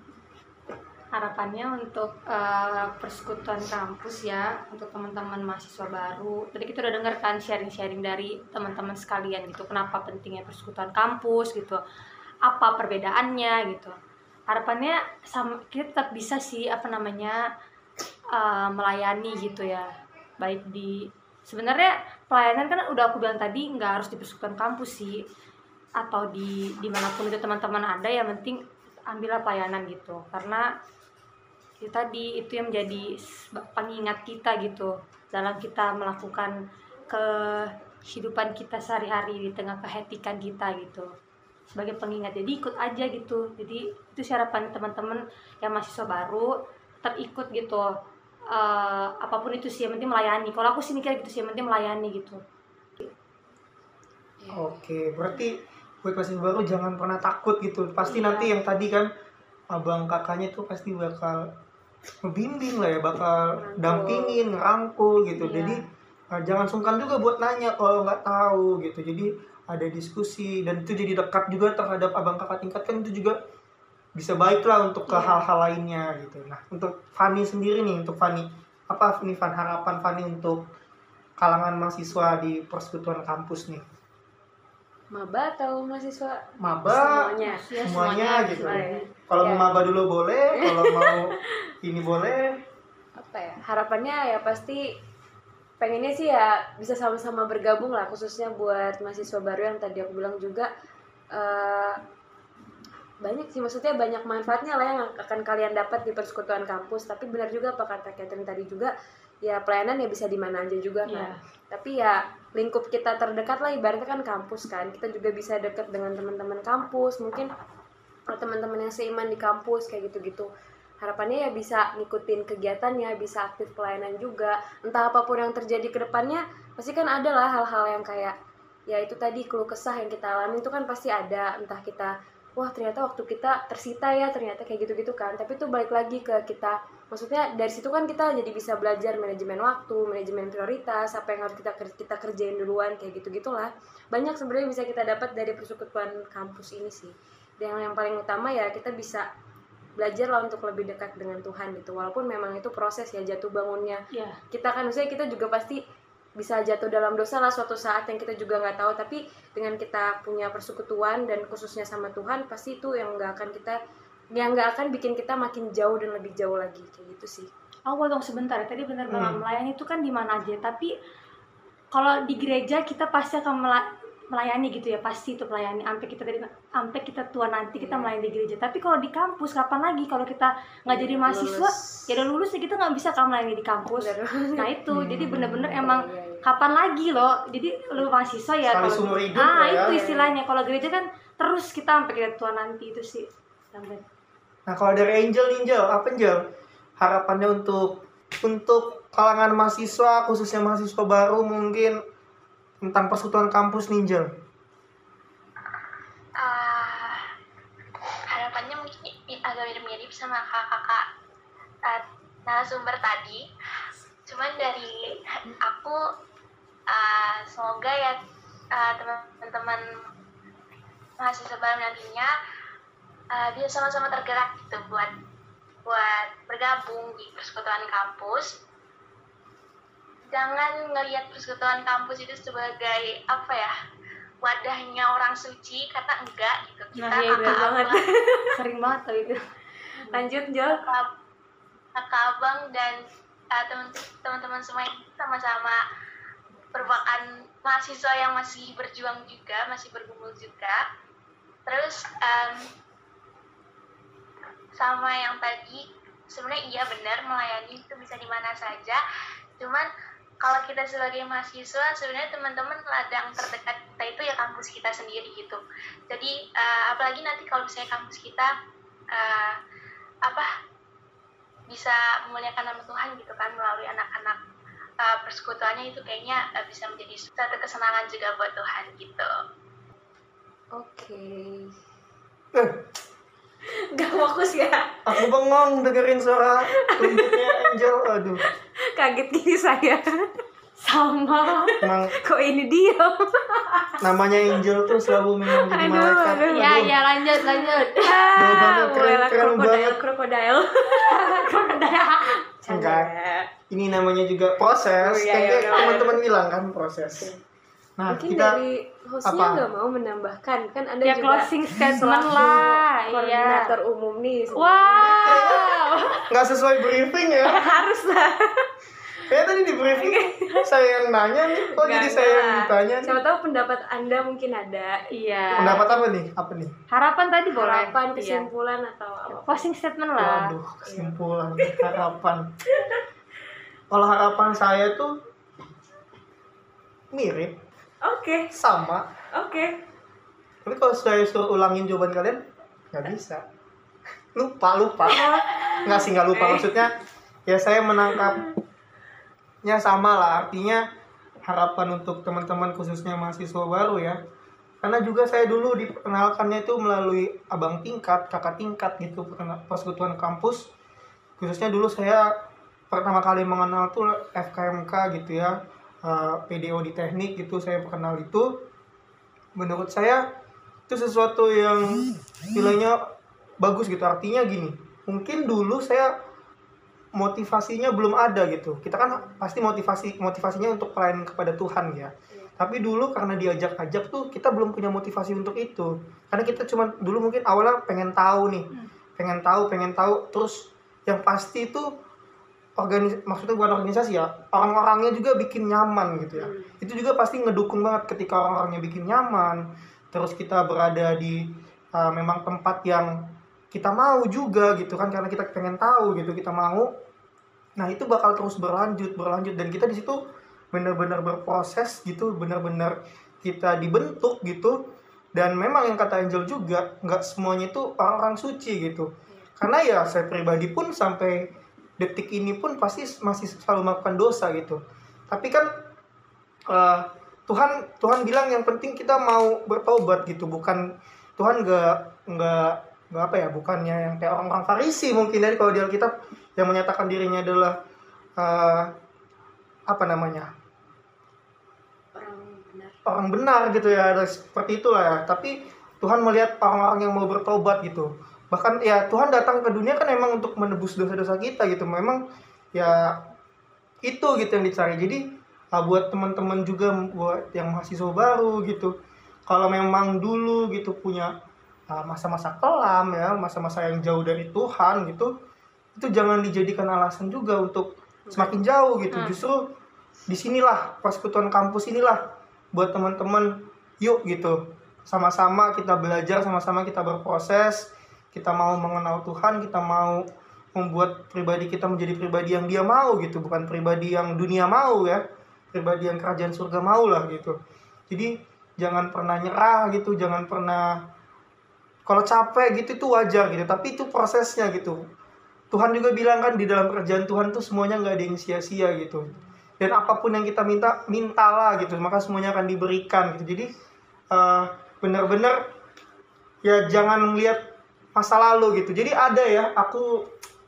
Harapannya untuk persekutuan kampus ya, untuk teman-teman mahasiswa baru. Tadi kita udah dengar kan sharing-sharing dari teman-teman sekalian gitu, kenapa pentingnya persekutuan kampus gitu, apa perbedaannya gitu. Harapannya kita tetap bisa sih melayani gitu ya, baik di sebenarnya pelayanan kan udah aku bilang tadi nggak harus di persekutuan kampus sih, atau di dimanapun itu teman-teman ada, yang penting ambillah pelayanan gitu, karena itu tadi itu yang menjadi pengingat kita gitu dalam kita melakukan kehidupan kita sehari-hari, di tengah kehektikan kita gitu, sebagai pengingat. Jadi ikut aja gitu. Jadi itu harapan teman-teman yang mahasiswa baru, tetap ikut gitu. Apapun itu sih, yang penting melayani. Kalau aku sih mikir gitu sih, yang penting melayani gitu. Oke, berarti buat mahasiswa baru jangan pernah takut gitu. Pasti nanti yang tadi kan abang kakaknya tuh pasti bakal ngebimbing lah ya, bakal dampingin, ngerangkul gitu. Jadi jangan sungkan juga buat nanya kalau nggak tahu gitu. Jadi ada diskusi dan itu jadi dekat juga terhadap abang kakak tingkat, kan itu juga bisa baik lah untuk ke hal-hal lainnya gitu. Nah, untuk Fani sendiri nih, untuk Fani apa nih Fan, harapan Fani untuk kalangan mahasiswa di persekutuan kampus nih? Maba atau mahasiswa? Maba semuanya gitu. Kalau mau maba dulu boleh, kalau mau ini boleh. Apa ya, harapannya ya pasti pengennya sih ya bisa sama-sama bergabung lah, khususnya buat mahasiswa baru yang tadi aku bilang juga banyak sih, maksudnya banyak manfaatnya lah yang akan kalian dapat di persekutuan kampus. Tapi benar juga apa kata Catherine tadi juga, ya pelayanan ya bisa di mana aja juga kan. Tapi ya lingkup kita terdekat lah ibaratnya kan kampus kan. Kita juga bisa dekat dengan teman-teman kampus, mungkin teman-teman yang seiman di kampus kayak gitu-gitu. Harapannya ya bisa ngikutin kegiatannya, bisa aktif pelayanan juga. Entah apapun yang terjadi ke depannya, pasti kan ada lah hal-hal yang kayak ya itu tadi, keluh kesah yang kita alami itu kan pasti ada. Entah kita, wah ternyata waktu kita tersita ya, ternyata kayak gitu-gitu kan. Tapi itu balik lagi ke kita, maksudnya dari situ kan kita jadi bisa belajar manajemen waktu, manajemen prioritas, apa yang harus kita kerjain duluan, kayak gitu-gitulah. Banyak sebenarnya bisa kita dapat dari persekutuan kampus ini sih. Dan yang paling utama ya kita bisa belajar lah untuk lebih dekat dengan Tuhan gitu. Walaupun memang itu proses ya, jatuh bangunnya. Kita kan maksudnya kita juga pasti bisa jatuh dalam dosa lah suatu saat yang kita juga nggak tahu. Tapi dengan kita punya persekutuan dan khususnya sama Tuhan, pasti itu yang nggak akan bikin kita makin jauh dan lebih jauh lagi kayak gitu sih. Potong sebentar ya, tadi benar banget, melayani itu kan di mana aja. Tapi kalau di gereja kita pasti akan melayani gitu ya, pasti itu melayani sampai kita tua nanti kita melayani di gereja. Tapi kalau di kampus kapan lagi, kalau kita nggak jadi mahasiswa ya udah lulus ya, kita nggak bisa kan melayani di kampus. Nah itu jadi bener-bener emang kapan lagi loh. Jadi lu mahasiswa ya kalau itu istilahnya. Kalau gereja kan terus kita sampai kita tua nanti, itu sih. Nah kalau dari Angel apa Angel harapannya untuk kalangan mahasiswa, khususnya mahasiswa baru mungkin tentang persekutuan kampus Angel? Harapannya mungkin agak mirip-mirip sama kakak narasumber tadi. Cuman dari aku semoga ya teman-teman mahasiswa baru nantinya bisa sama-sama tergerak gitu buat bergabung di persekutuan kampus. Jangan ngelihat persekutuan kampus itu sebagai apa ya, wadahnya orang suci, karena enggak gitu. Kita banget. Sering banget tuh itu. Lanjut Jol. Kakak abang dan teman-teman semua sama-sama merupakan mahasiswa yang masih berjuang juga, masih bergumul juga. Terus sama yang tadi, sebenarnya iya benar melayani itu bisa di mana saja. Cuman kalau kita sebagai mahasiswa, sebenarnya teman-teman ladang terdekat kita itu ya kampus kita sendiri gitu. Jadi apalagi nanti kalau misalnya kampus kita bisa memuliakan nama Tuhan gitu kan melalui anak-anak persekutuannya, itu kayaknya bisa menjadi suatu kesenangan juga buat Tuhan gitu. Oke. Gak fokus ya? Aku bengong dengerin suara lembutnya Angel. Aduh, kaget gini saya. Sama. Kok ini diam? Namanya Angel tuh selalu memang jadi malaikat. Ya lanjut. Keren banget. Krokodil. Enggak. Ini namanya juga proses. Teman-teman bilang kan proses. Nah, mungkin kita dari hostnya nggak mau menambahkan, kan Anda ya, juga closing statement lah, koordinator umum nih. Wow, nggak sesuai briefing ya? Harus lah. Kayak tadi di briefing saya yang nanya nih, kok jadi saya yang ditanya? Siapa tahu pendapat Anda mungkin ada. Iya. Pendapat apa nih? Harapan tadi boleh. Harapan, kesimpulan atau apa? Closing statement lah. Waduh, kesimpulan, harapan. Kalau harapan saya tuh mirip. Oke. Sama. Oke. Tapi kalau saya suruh ulangin jawaban kalian, nggak bisa. Lupa. Nggak sih, nggak lupa. Maksudnya, ya saya menangkapnya sama lah. Artinya, harapan untuk teman-teman khususnya mahasiswa baru ya. Karena juga saya dulu diperkenalkannya itu melalui abang tingkat, kakak tingkat gitu, persekutuan kampus. Khususnya dulu saya pertama kali mengenal tuh FKMK gitu ya, PDO di teknik gitu, saya kenal itu. Menurut saya itu sesuatu yang nilainya bagus gitu. Artinya gini, mungkin dulu saya motivasinya belum ada gitu. Kita kan pasti motivasinya untuk pelayanan kepada Tuhan ya. Tapi dulu karena diajak-ajak tuh kita belum punya motivasi untuk itu. Karena kita cuma dulu mungkin awalnya pengen tahu nih. Pengen tahu terus yang pasti itu maksudnya bukan organisasi ya. Orang-orangnya juga bikin nyaman gitu ya. Itu juga pasti ngedukung banget ketika orang-orangnya bikin nyaman. Terus kita berada di memang tempat yang kita mau juga gitu kan, karena kita pengen tahu gitu, kita mau. Nah, itu bakal terus berlanjut dan kita di situ benar-benar berproses gitu, benar-benar kita dibentuk gitu. Dan memang yang kata Angel juga, nggak semuanya itu orang-orang suci gitu. Karena ya saya pribadi pun sampai detik ini pun pasti masih selalu melakukan dosa gitu. Tapi kan Tuhan bilang yang penting kita mau bertobat gitu. Bukan Tuhan nggak apa ya, bukannya yang kayak orang-orang Farisi mungkin dari kalau di Alkitab yang menyatakan dirinya adalah orang benar gitu ya, seperti itulah ya. Tapi Tuhan melihat orang-orang yang mau bertobat gitu. Bahkan ya Tuhan datang ke dunia kan memang untuk menebus dosa-dosa kita gitu. Memang ya itu gitu yang dicari. Jadi buat teman-teman juga, buat yang mahasiswa baru gitu, kalau memang dulu gitu punya masa-masa kelam ya, masa-masa yang jauh dari Tuhan gitu, itu jangan dijadikan alasan juga untuk semakin jauh gitu. Justru disinilah persekutuan kampus inilah buat teman-teman, yuk gitu, sama-sama kita belajar, sama-sama kita berproses, kita mau mengenal Tuhan, kita mau membuat pribadi kita menjadi pribadi yang Dia mau gitu, bukan pribadi yang dunia mau ya, pribadi yang kerajaan surga mau lah gitu. Jadi jangan pernah nyerah gitu, jangan pernah, kalau capek gitu itu wajar gitu, tapi itu prosesnya gitu. Tuhan juga bilang kan di dalam kerajaan Tuhan tuh semuanya nggak ada yang sia-sia gitu. Dan apapun yang kita mintalah gitu, maka semuanya akan diberikan gitu. Jadi benar-benar ya jangan melihat masa lalu gitu. Jadi ada ya, aku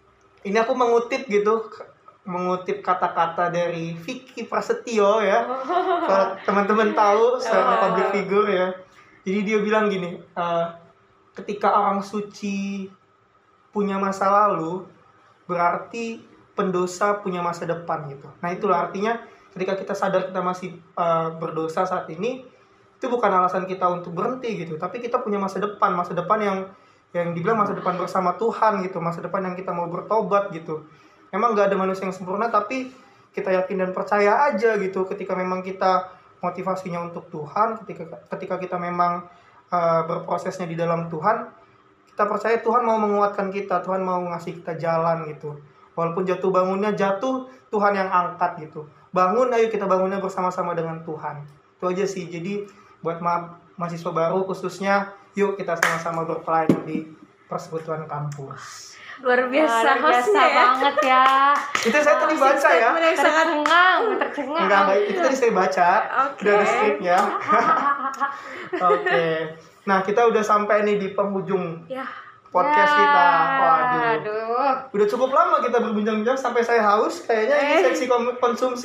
mengutip kata-kata dari Vicky Prasetyo ya. Kalau teman-teman tahu seorang public figure ya. Jadi dia bilang gini, ketika orang suci punya masa lalu, berarti pendosa punya masa depan gitu. Nah itulah artinya ketika kita sadar kita masih berdosa saat ini, itu bukan alasan kita untuk berhenti gitu, tapi kita punya masa depan yang dibilang masa depan bersama Tuhan gitu, masa depan yang kita mau bertobat gitu. Memang nggak ada manusia yang sempurna, tapi kita yakin dan percaya aja gitu, ketika memang kita motivasinya untuk Tuhan, ketika kita memang berprosesnya di dalam Tuhan, kita percaya Tuhan mau menguatkan kita, Tuhan mau ngasih kita jalan gitu. Walaupun jatuh bangunnya Tuhan yang angkat gitu. Bangun, ayo kita bangunnya bersama-sama dengan Tuhan. Itu aja sih. Jadi buat mahasiswa baru khususnya, yuk kita sama-sama berpelayanan di persekutuan kampus. Luar biasa banget ya. Itu saya tadi baca ya. Tercengang. Enggak, itu tadi saya baca. Oke. Udah ada skripnya. Oke. Nah, kita udah sampai nih di penghujung podcast kita. Waduh. Udah cukup lama kita berbincang-bincang sampai saya haus. Kayaknya ini seksi konsumsi.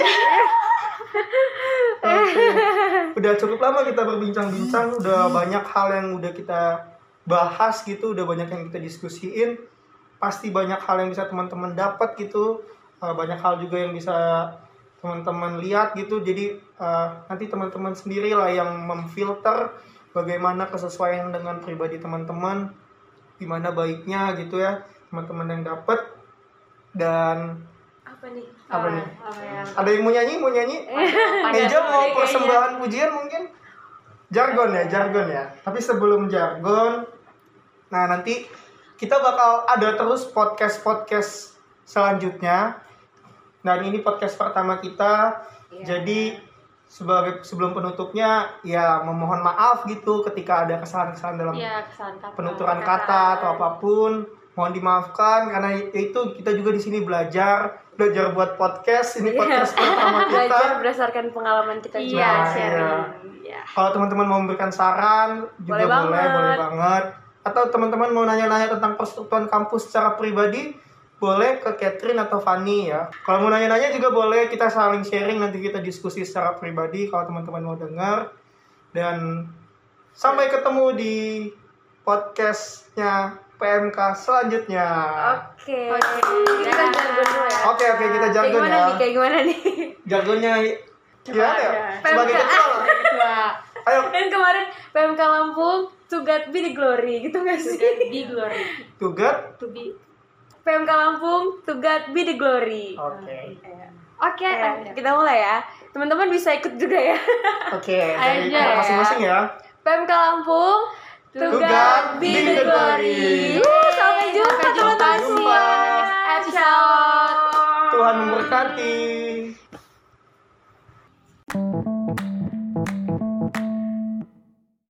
Oke. Udah cukup lama kita berbincang-bincang. Udah banyak hal yang udah kita bahas gitu. Udah banyak yang kita diskusiin. Pasti banyak hal yang bisa teman-teman dapat gitu. Banyak hal juga yang bisa teman-teman lihat gitu. Jadi nanti teman-teman sendirilah yang memfilter bagaimana kesesuaian dengan pribadi teman-teman, gimana baiknya gitu ya teman-teman yang dapat. Dan apa nih? Ada yang mau nyanyi? Angel mau persembahan pujian mungkin? Jargon ya. Tapi sebelum jargon, nah nanti kita bakal ada terus podcast selanjutnya. Dan ini podcast pertama kita. Jadi sebelum penutupnya ya memohon maaf gitu ketika ada kesalahan-kesalahan dalam Iya, kesalahan kata. penuturan kata atau apapun, mohon dimaafkan karena itu kita juga di sini belajar buat podcast. Ini podcast pertama kita. Belajar berdasarkan pengalaman kita juga. Iya, Nah, sharing. Iya. Kalau teman-teman mau memberikan saran juga boleh banget. Atau teman-teman mau nanya-nanya tentang persekutuan kampus secara pribadi, boleh ke Catherine atau Fanny ya. Kalau mau nanya-nanya juga boleh, kita saling sharing, nanti kita diskusi secara pribadi kalau teman-teman mau dengar. Dan sampai ketemu di podcastnya PMK selanjutnya. Oke. Kita jargon dulu ya. Oke, kita jargon ya. Kayak gimana nih? Jargonnya gimana ya? Sebagai PMK. ketua lah. Ketua. Ayo. Dan kemarin PMK Lampung, to God be the glory, gitu gak sih? Di glory. To God. To be. PMK Lampung, to God be the glory. Oke. Oke. Kita mulai ya. Teman-teman bisa ikut juga ya. Oke, dari Aja ya. masing-masing ya. PMK Lampung, to God be the glory. Sampai jumpa teman-teman. Jumpa. Episode. Tuhan memberkati.